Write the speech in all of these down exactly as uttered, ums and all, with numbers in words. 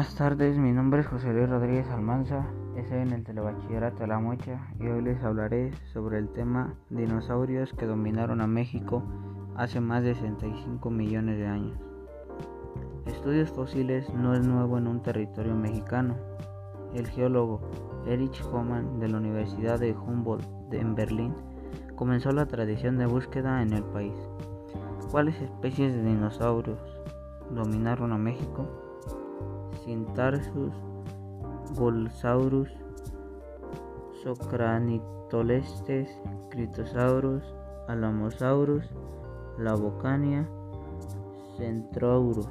Buenas tardes, mi nombre es José Luis Rodríguez Almanza, estoy en el Telebachillerato de La Mocha y hoy les hablaré sobre el tema dinosaurios que dominaron a México hace más de sesenta y cinco millones de años. Estudios fósiles no es nuevo en un territorio mexicano. El geólogo Erich Hoffmann de la Universidad de Humboldt en Berlín comenzó la tradición de búsqueda en el país. ¿Cuáles especies de dinosaurios dominaron a México? Cintarsus, Golosaurus, Socranitolestes, Critosaurus, Alamosaurus, Lavocania, Centrosaurus.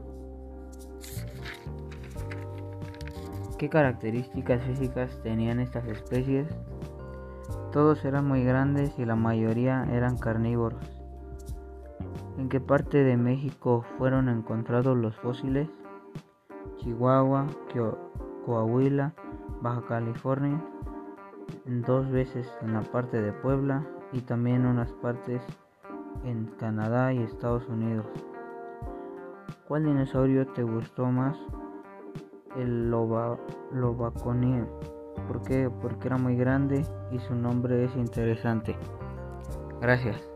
¿Qué características físicas tenían estas especies? Todos eran muy grandes y la mayoría eran carnívoros. ¿En qué parte de México fueron encontrados los fósiles? Chihuahua, Coahuila, Baja California, dos veces en la parte de Puebla y también unas partes en Canadá y Estados Unidos. ¿Cuál dinosaurio te gustó más? El loba, Lobaconía. ¿Por qué? Porque era muy grande y su nombre es interesante. Gracias.